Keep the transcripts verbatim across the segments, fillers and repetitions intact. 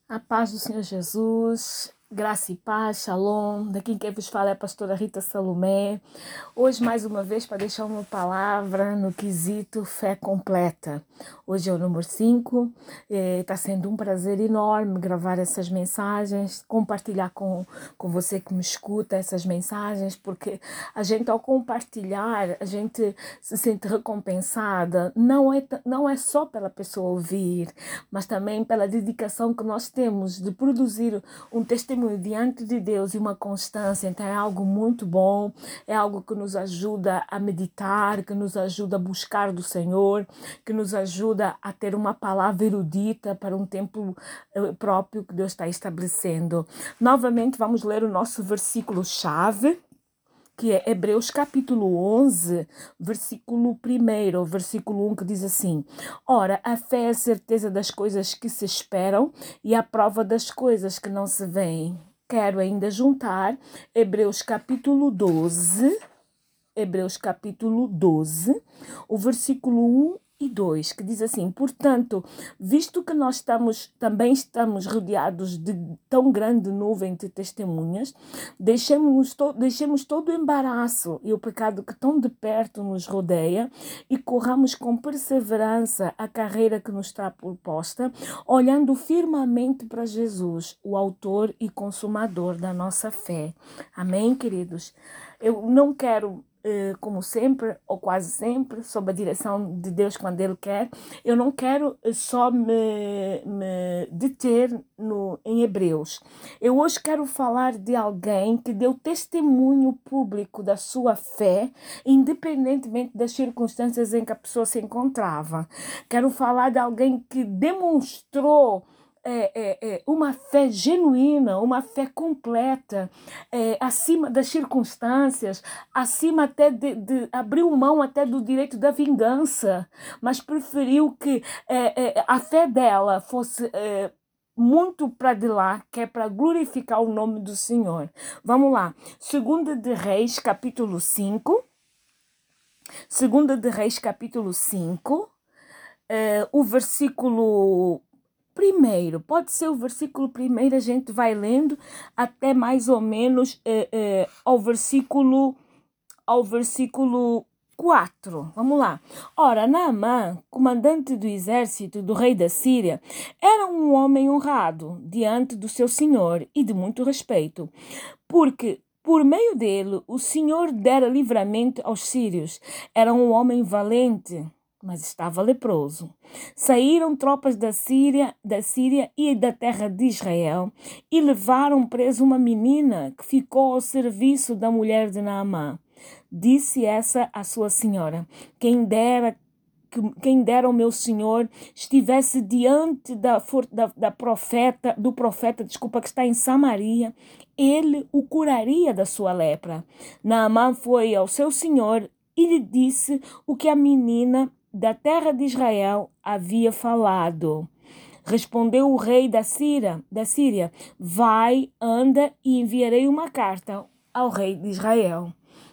A paz do Senhor Jesus, graça e paz, shalom. Daqui quem vos fala é a pastora Rita Salomé. Hoje, mais uma vez, para deixar uma palavra no quesito fé completa. Hoje é o número cinco. Está sendo um prazer enorme gravar essas mensagens, compartilhar com, com você que me escuta essas mensagens, porque a gente, ao compartilhar, a gente se sente recompensada. Não é, não é só pela pessoa ouvir, mas também pela dedicação que nós temos de produzir um testemunho diante de Deus e uma constância. Então é algo muito bom, é algo que nos ajuda a meditar, que nos ajuda a buscar do Senhor, que nos ajuda a ter uma palavra erudita para um tempo próprio que Deus está estabelecendo. Novamente vamos ler o nosso versículo-chave, que é Hebreus capítulo onze, versículo um, versículo um, que diz assim: Ora, a fé é a certeza das coisas que se esperam e a prova das coisas que não se veem. Quero ainda juntar Hebreus capítulo doze, Hebreus capítulo doze, o versículo um e dois, que diz assim: Portanto, visto que nós estamos, também estamos rodeados de tão grande nuvem de testemunhas, deixemos, to, deixemos todo o embaraço e o pecado que tão de perto nos rodeia e corramos com perseverança a carreira que nos está proposta, olhando firmemente para Jesus, o autor e consumador da nossa fé. Amém, queridos? Eu não quero, como sempre, ou quase sempre, sob a direção de Deus quando Ele quer, eu não quero só me, me deter no, em Hebreus. Eu hoje quero falar de alguém que deu testemunho público da sua fé, independentemente das circunstâncias em que a pessoa se encontrava. Quero falar de alguém que demonstrou É, é, é, uma fé genuína, uma fé completa, é, acima das circunstâncias, acima até de, de abriu mão até do direito da vingança, mas preferiu que é, é, a fé dela fosse é, muito para de lá, que é para glorificar o nome do Senhor. Vamos lá, Segunda de Reis, capítulo cinco, Segunda de Reis, capítulo cinco, é, o versículo primeiro, pode ser o versículo primeiro, a gente vai lendo até mais ou menos é, é, ao versículo ao versículo quatro. Vamos lá. Ora, Naamã, comandante do exército do rei da Síria, era um homem honrado diante do seu senhor e de muito respeito, porque por meio dele o Senhor dera livramento aos sírios. Era um homem valente, mas estava leproso. Saíram tropas da Síria, da Síria e da terra de Israel e levaram preso uma menina que ficou ao serviço da mulher de Naamã. Disse essa à sua senhora: Quem dera que quem dera o meu senhor estivesse diante da, da, da profeta, do profeta, desculpa, que está em Samaria, ele o curaria da sua lepra. Naamã foi ao seu senhor e lhe disse o que a menina da terra de Israel havia falado. Respondeu o rei da Síria, da Síria: Vai, anda e enviarei uma carta ao rei de Israel.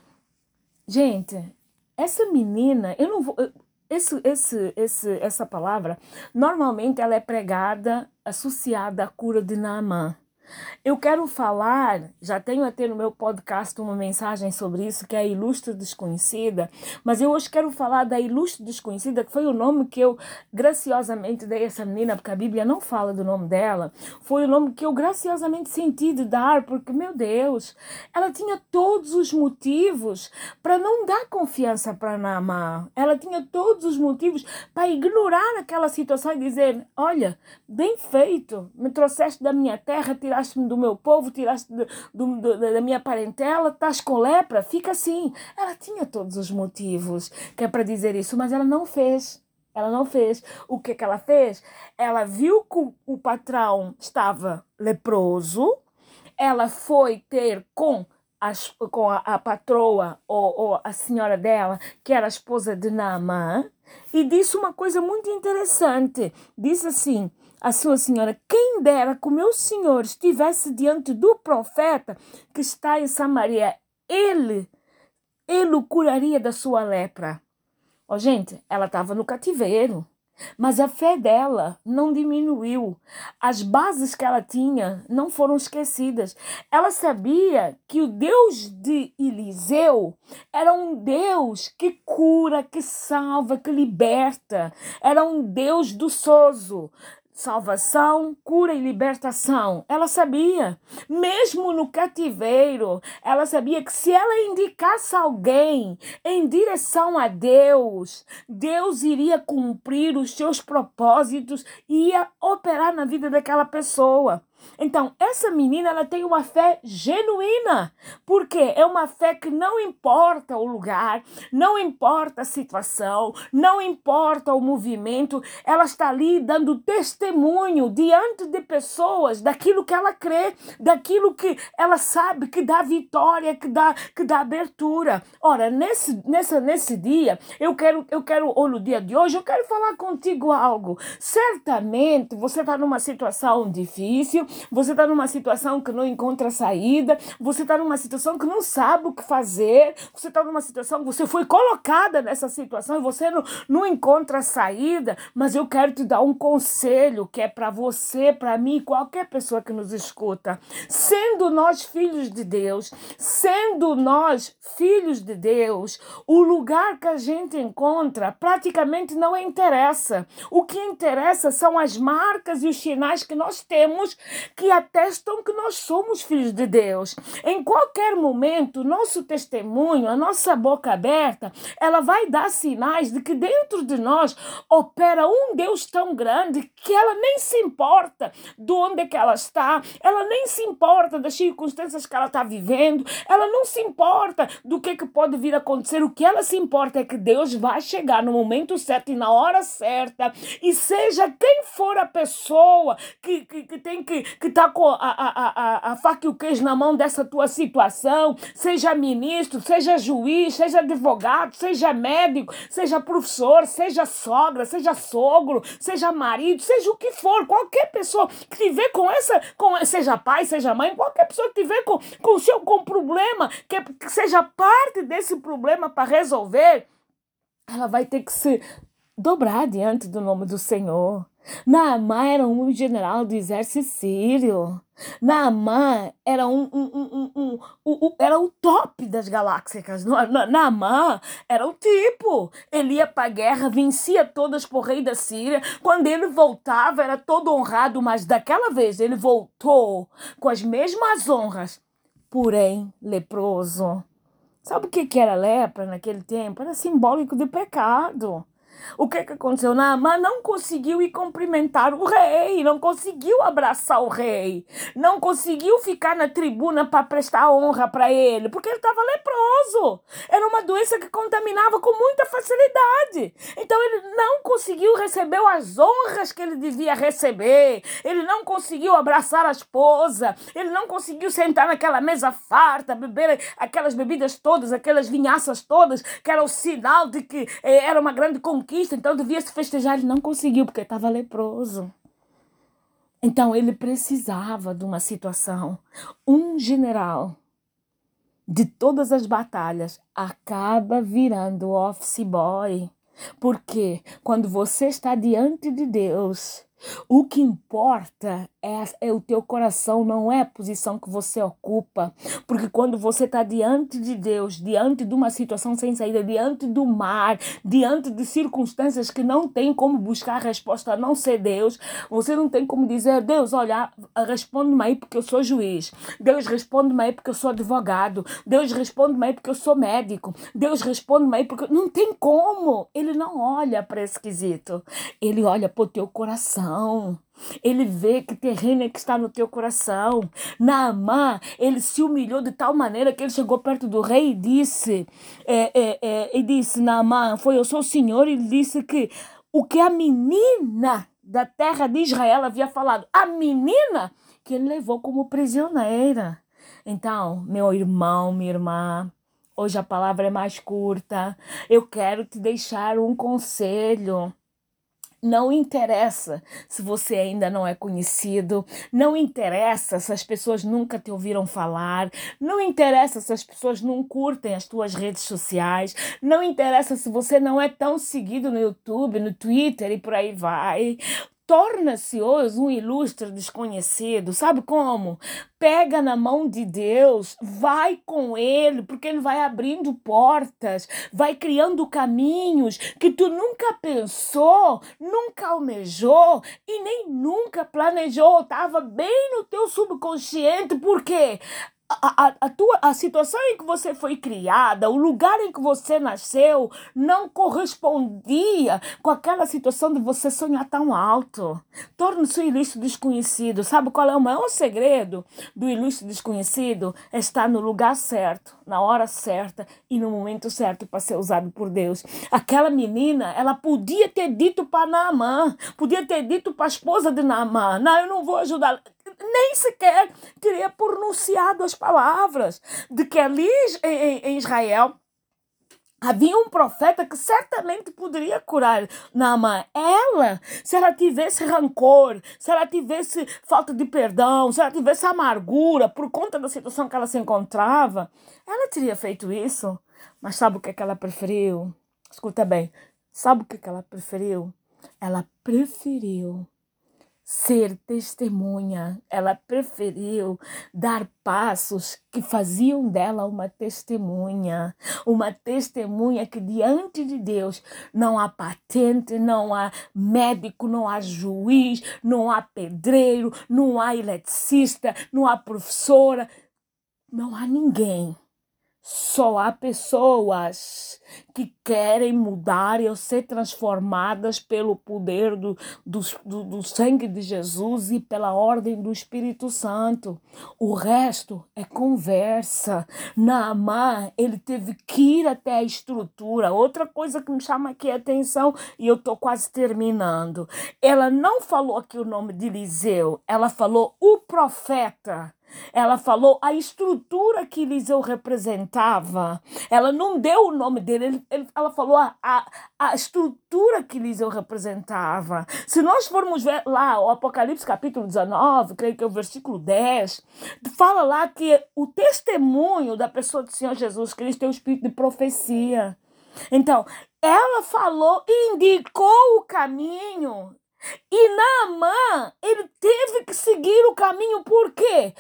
Gente, essa menina, eu não vou... Esse, esse, esse, essa palavra, normalmente ela é pregada associada à cura de Naamã. Eu quero falar, já tenho até no meu podcast uma mensagem sobre isso, que é a Ilustre Desconhecida, mas eu hoje quero falar da Ilustre Desconhecida, que foi o nome que eu graciosamente dei a essa menina, porque a Bíblia não fala do nome dela, foi o nome que eu graciosamente senti de dar, porque, meu Deus, ela tinha todos os motivos para não dar confiança para Naamã, ela tinha todos os motivos para ignorar aquela situação e dizer: olha, bem feito, me trouxeste da minha terra, tiraste-me do meu povo, tiraste de, do, do, da minha parentela, estás com lepra, fica assim. Ela tinha todos os motivos que é para dizer isso, mas ela não fez. Ela não fez. O que, que ela fez? Ela viu que o, o patrão estava leproso, ela foi ter com, as, com a, a patroa ou, ou a senhora dela, que era a esposa de Naamã, e disse uma coisa muito interessante. Disse assim: a sua senhora, quem dera que o meu senhor estivesse diante do profeta que está em Samaria, ele, ele o curaria da sua lepra. Ó, gente, ela estava no cativeiro, Mas a fé dela não diminuiu. As bases que ela tinha não foram esquecidas. Ela sabia que o Deus de Eliseu era um Deus que cura, que salva, que liberta. Era um Deus doçoso. Salvação, cura e libertação. Ela sabia. Mesmo no cativeiro, ela sabia que se ela indicasse alguém em direção a Deus, Deus iria cumprir os seus propósitos e ia operar na vida daquela pessoa. Então, essa menina, ela tem uma fé genuína, porque é uma fé que não importa o lugar, não importa a situação, não importa o movimento, ela está ali dando testemunho diante de pessoas daquilo que ela crê, daquilo que ela sabe que dá vitória, que dá, que dá abertura. Ora, nesse, nessa, nesse dia, eu quero, eu quero, ou no dia de hoje, eu quero falar contigo algo. Certamente você está numa situação difícil, você está numa situação que não encontra saída, você está numa situação que não sabe o que fazer, você está numa situação que você foi colocada nessa situação e você não, não encontra saída, mas eu quero te dar um conselho que é para você, para mim, qualquer pessoa que nos escuta. Sendo nós filhos de Deus, sendo nós filhos de Deus, o lugar que a gente encontra praticamente não interessa. O que interessa são as marcas e os sinais que nós temos que atestam que nós somos filhos de Deus. Em qualquer momento, nosso testemunho, a nossa boca aberta, ela vai dar sinais de que dentro de nós opera um Deus tão grande que ela nem se importa de onde é que ela está, ela nem se importa das circunstâncias que ela está vivendo, ela não se importa do que, que pode vir a acontecer. O que ela se importa é que Deus vai chegar no momento certo e na hora certa, e seja quem for a pessoa que, que, que tem que que está com a, a, a, a faca e o queijo na mão dessa tua situação, seja ministro, seja juiz, seja advogado, seja médico, seja professor, seja sogra, seja sogro, seja marido, seja o que for, qualquer pessoa que tiver com essa, com, seja pai, seja mãe, qualquer pessoa que tiver com, com o seu com problema, que, que seja parte desse problema para resolver, ela vai ter que se dobrar diante do nome do Senhor. Naamã era um general do exército sírio. Naamã era um, um, um, um, um, um era o top das galáxias. Naamã era o tipo. Ele ia para a guerra, vencia todas por rei da Síria. Quando ele voltava, era todo honrado, mas daquela vez ele voltou com as mesmas honras, porém leproso. Sabe o que era lepra naquele tempo? Era simbólico de pecado. O que, que aconteceu? Naamã não conseguiu ir cumprimentar o rei, não conseguiu abraçar o rei, não conseguiu ficar na tribuna para prestar honra para ele, porque ele estava leproso. Era uma doença que contaminava com muita facilidade. Então ele não conseguiu receber as honras que ele devia receber, ele não conseguiu abraçar a esposa, ele não conseguiu sentar naquela mesa farta, beber aquelas bebidas todas, aquelas vinhaças todas, que era o sinal de que eh, era uma grande conquista, então devia se festejar. Ele não conseguiu porque estava leproso. Então ele precisava de uma situação. Um general de todas as batalhas acaba virando office boy. Porque quando você está diante de Deus, o que importa é, é o teu coração, não é a posição que você ocupa. Porque quando você está diante de Deus, diante de uma situação sem saída, diante do mar, diante de circunstâncias que não tem como buscar a resposta a não ser Deus, você não tem como dizer: Deus, olha, responde-me aí porque eu sou juiz. Deus, responde-me aí porque eu sou advogado. Deus, responde-me aí porque eu sou médico. Deus, responde-me aí porque... Não tem como. Ele não olha para esse quesito. Ele olha para o teu coração. Ele vê que terreno é que está no teu coração. Naamã, ele se humilhou de tal maneira que ele chegou perto do rei e disse, é, é, é, e disse, Naamã, foi eu sou o Senhor, e ele disse que o que a menina da terra de Israel havia falado, a menina que ele levou como prisioneira. Então, meu irmão, minha irmã, hoje a palavra é mais curta. Eu quero te deixar um conselho. Não interessa se você ainda não é conhecido, não interessa se as pessoas nunca te ouviram falar, não interessa se as pessoas não curtem as tuas redes sociais, não interessa se você não é tão seguido no YouTube, no Twitter e por aí vai. Torna-se hoje um ilustre desconhecido, sabe como? Pega na mão de Deus, vai com Ele, porque Ele vai abrindo portas, vai criando caminhos que tu nunca pensou, nunca almejou e nem nunca planejou. Estava bem no teu subconsciente, por quê? A, a, a, tua, a situação em que você foi criada, o lugar em que você nasceu, não correspondia com aquela situação de você sonhar tão alto. Torna-se um ilustre desconhecido. Sabe qual é o maior segredo do ilustre desconhecido? É estar no lugar certo, na hora certa e no momento certo para ser usado por Deus. Aquela menina, ela podia ter dito para Naamã, podia ter dito para a esposa de Naamã: não, eu não vou ajudar. Nem sequer teria pronunciado as palavras de que ali em, em Israel havia um profeta que certamente poderia curar Naamã. Ela, se ela tivesse rancor, se ela tivesse falta de perdão, se ela tivesse amargura por conta da situação que ela se encontrava, ela teria feito isso. Mas sabe o que, é que ela preferiu? Escuta bem, sabe o que, é que ela preferiu? Ela preferiu ser testemunha. Ela preferiu dar passos que faziam dela uma testemunha. Uma testemunha que diante de Deus não há patente, não há médico, não há juiz, não há pedreiro, não há eletricista, não há professora, não há ninguém. Só há pessoas que querem mudar e ser transformadas pelo poder do, do, do, do sangue de Jesus e pela ordem do Espírito Santo. O resto é conversa. Naamã, ele teve que ir até a estrutura. Outra coisa que me chama aqui a atenção, e eu estou quase terminando. Ela não falou aqui o nome de Eliseu, ela falou o profeta. Ela falou a estrutura que Eliseu representava. Ela não deu o nome dele, ele, ele, ela falou a, a, a estrutura que Eliseu representava. Se nós formos ver lá o Apocalipse capítulo dezenove, creio que é o versículo dez, fala lá que o testemunho da pessoa do Senhor Jesus Cristo é o espírito de profecia. Então, ela falou e indicou o caminho. E Naamã, ele teve que seguir o caminho, por quê?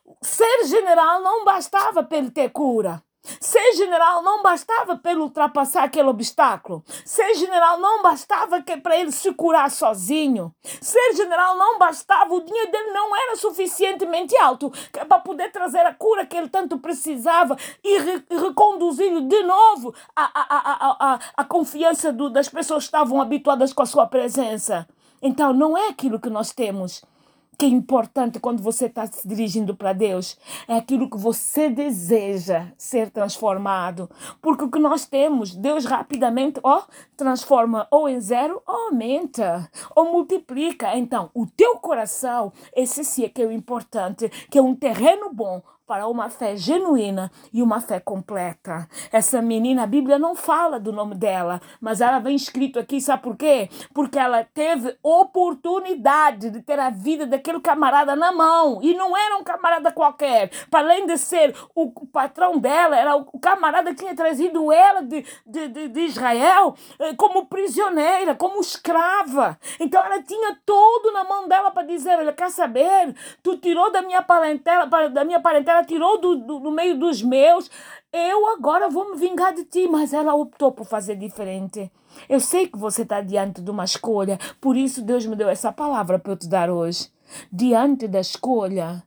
Ser general não bastava para ele ter cura. Ser general não bastava para ele ultrapassar aquele obstáculo. Ser general não bastava para ele se curar sozinho. Ser general não bastava, o dinheiro dele não era suficientemente alto para poder trazer a cura que ele tanto precisava e re reconduzir de novo a, a, a, a, a confiança do, das pessoas que estavam habituadas com a sua presença. Então, não é aquilo que nós temos que é importante quando você está se dirigindo para Deus. É aquilo que você deseja ser transformado. Porque o que nós temos, Deus rapidamente ó, transforma ou em zero, ou aumenta, ou multiplica. Então, o teu coração, esse sim é que é o importante, que é um terreno bom para uma fé genuína e uma fé completa. Essa menina, a Bíblia não fala do nome dela, mas ela vem escrito aqui, sabe por quê? Porque ela teve oportunidade de ter a vida daquele camarada na mão, e não era um camarada qualquer. Para além de ser o patrão dela, era o camarada que tinha trazido ela de, de, de, de Israel como prisioneira, como escrava. Então ela tinha tudo na mão dela para dizer: olha, quer saber? Tu tirou da minha parentela, da minha parentela, tirou do, do, do meio dos meus, eu agora vou me vingar de ti. Mas ela optou por fazer diferente. Eu sei que você está diante de uma escolha, por isso Deus me deu essa palavra para eu te dar hoje. Diante da escolha,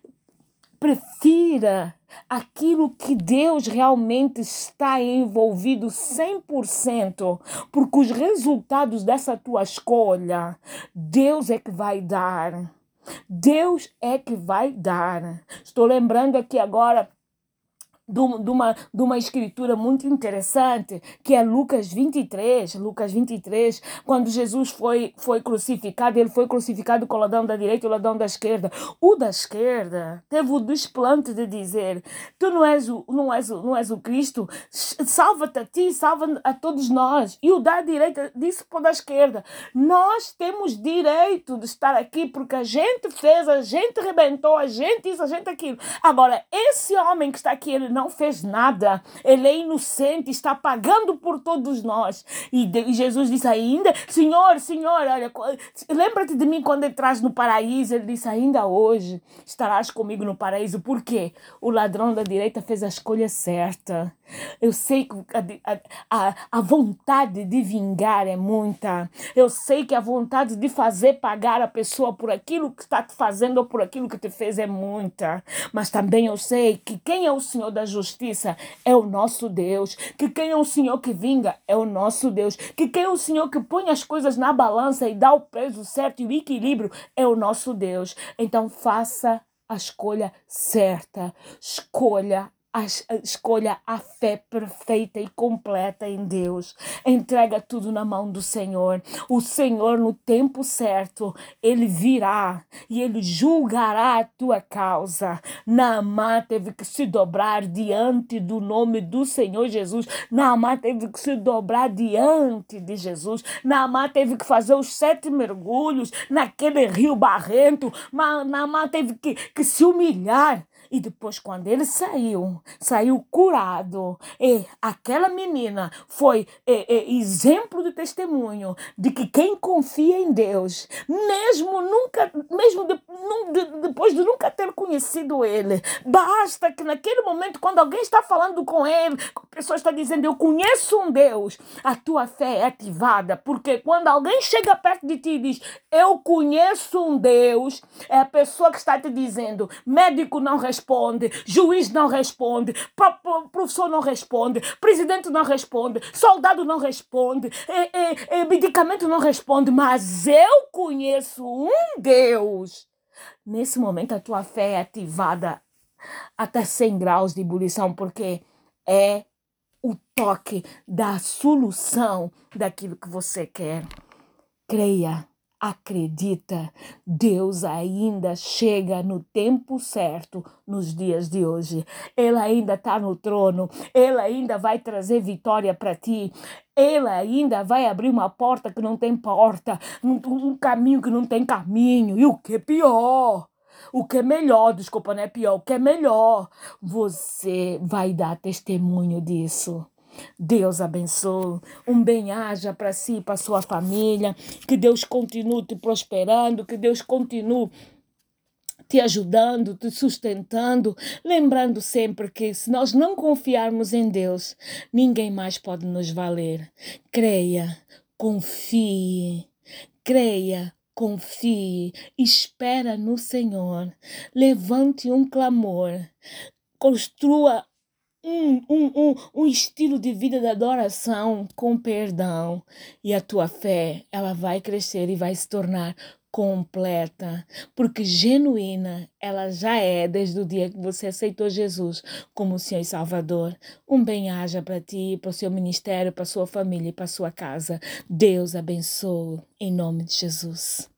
prefira aquilo que Deus realmente está envolvido cem por cento, porque os resultados dessa tua escolha, Deus é que vai dar. Deus é que vai dar. Estou lembrando aqui agora de uma, de uma, de uma escritura muito interessante, que é Lucas vinte e três, Lucas vinte e três, quando Jesus foi, foi crucificado, ele foi crucificado com o ladrão da direita e o ladrão da esquerda. O da esquerda teve o desplante de dizer: tu não és o, não és o, não és o Cristo, salva-te a ti, salva a todos nós. E o da direita disse para o da esquerda: nós temos direito de estar aqui porque a gente fez, a gente rebentou, a gente isso, a gente aquilo. Agora, esse homem que está aqui, ele não fez nada, ele é inocente, está pagando por todos nós. E, de, e Jesus disse ainda: Senhor, Senhor, olha, lembra-te de mim quando entras no paraíso. Ele disse: ainda hoje estarás comigo no paraíso. Por quê? O ladrão da direita fez a escolha certa. Eu sei que a, a, a vontade de vingar é muita. Eu sei que a vontade de fazer pagar a pessoa por aquilo que está te fazendo ou por aquilo que te fez é muita. Mas também eu sei que quem é o Senhor da justiça é o nosso Deus. Que quem é o Senhor que vinga é o nosso Deus. Que quem é o Senhor que põe as coisas na balança e dá o peso certo e o equilíbrio é o nosso Deus. Então faça a escolha certa. Escolha A, escolha a fé perfeita e completa em Deus. Entrega tudo na mão do Senhor. O Senhor, no tempo certo, Ele virá e Ele julgará a tua causa. Naamã teve que se dobrar diante do nome do Senhor Jesus. Naamã teve que se dobrar diante de Jesus. Naamã teve que fazer os sete mergulhos naquele rio barrento. Naamã teve que, que se humilhar. E depois, quando ele saiu, saiu curado, e aquela menina foi é, é, exemplo de testemunho de que quem confia em Deus, mesmo nunca, mesmo de, de, depois de nunca ter conhecido Ele, basta que naquele momento, quando alguém está falando com Ele, a pessoa está dizendo: eu conheço um Deus, a tua fé é ativada, porque quando alguém chega perto de ti e diz: eu conheço um Deus, é a pessoa que está te dizendo: médico não responde, responde, juiz não responde, professor não responde, presidente não responde, soldado não responde, é, é, é, medicamento não responde, mas eu conheço um Deus. Nesse momento a tua fé é ativada até cem graus de ebulição, porque é o toque da solução daquilo que você quer. Creia. Acredita, Deus ainda chega no tempo certo nos dias de hoje. Ele ainda está no trono, Ele ainda vai trazer vitória para ti. Ele ainda vai abrir uma porta que não tem porta, um, um caminho que não tem caminho. E o que é pior? O que é melhor, desculpa, não é pior, o que é melhor, você vai dar testemunho disso. Deus abençoe, um bem-aja para si e para sua família, que Deus continue te prosperando, que Deus continue te ajudando, te sustentando, lembrando sempre que se nós não confiarmos em Deus, ninguém mais pode nos valer. Creia, confie, creia, confie, espera no Senhor, levante um clamor, construa Um, um, um, um estilo de vida de adoração com perdão, e a tua fé ela vai crescer e vai se tornar completa, porque genuína ela já é desde o dia que você aceitou Jesus como Senhor e Salvador. Um bem-aja para ti, para o seu ministério, para a sua família e para a sua casa. Deus abençoe em nome de Jesus.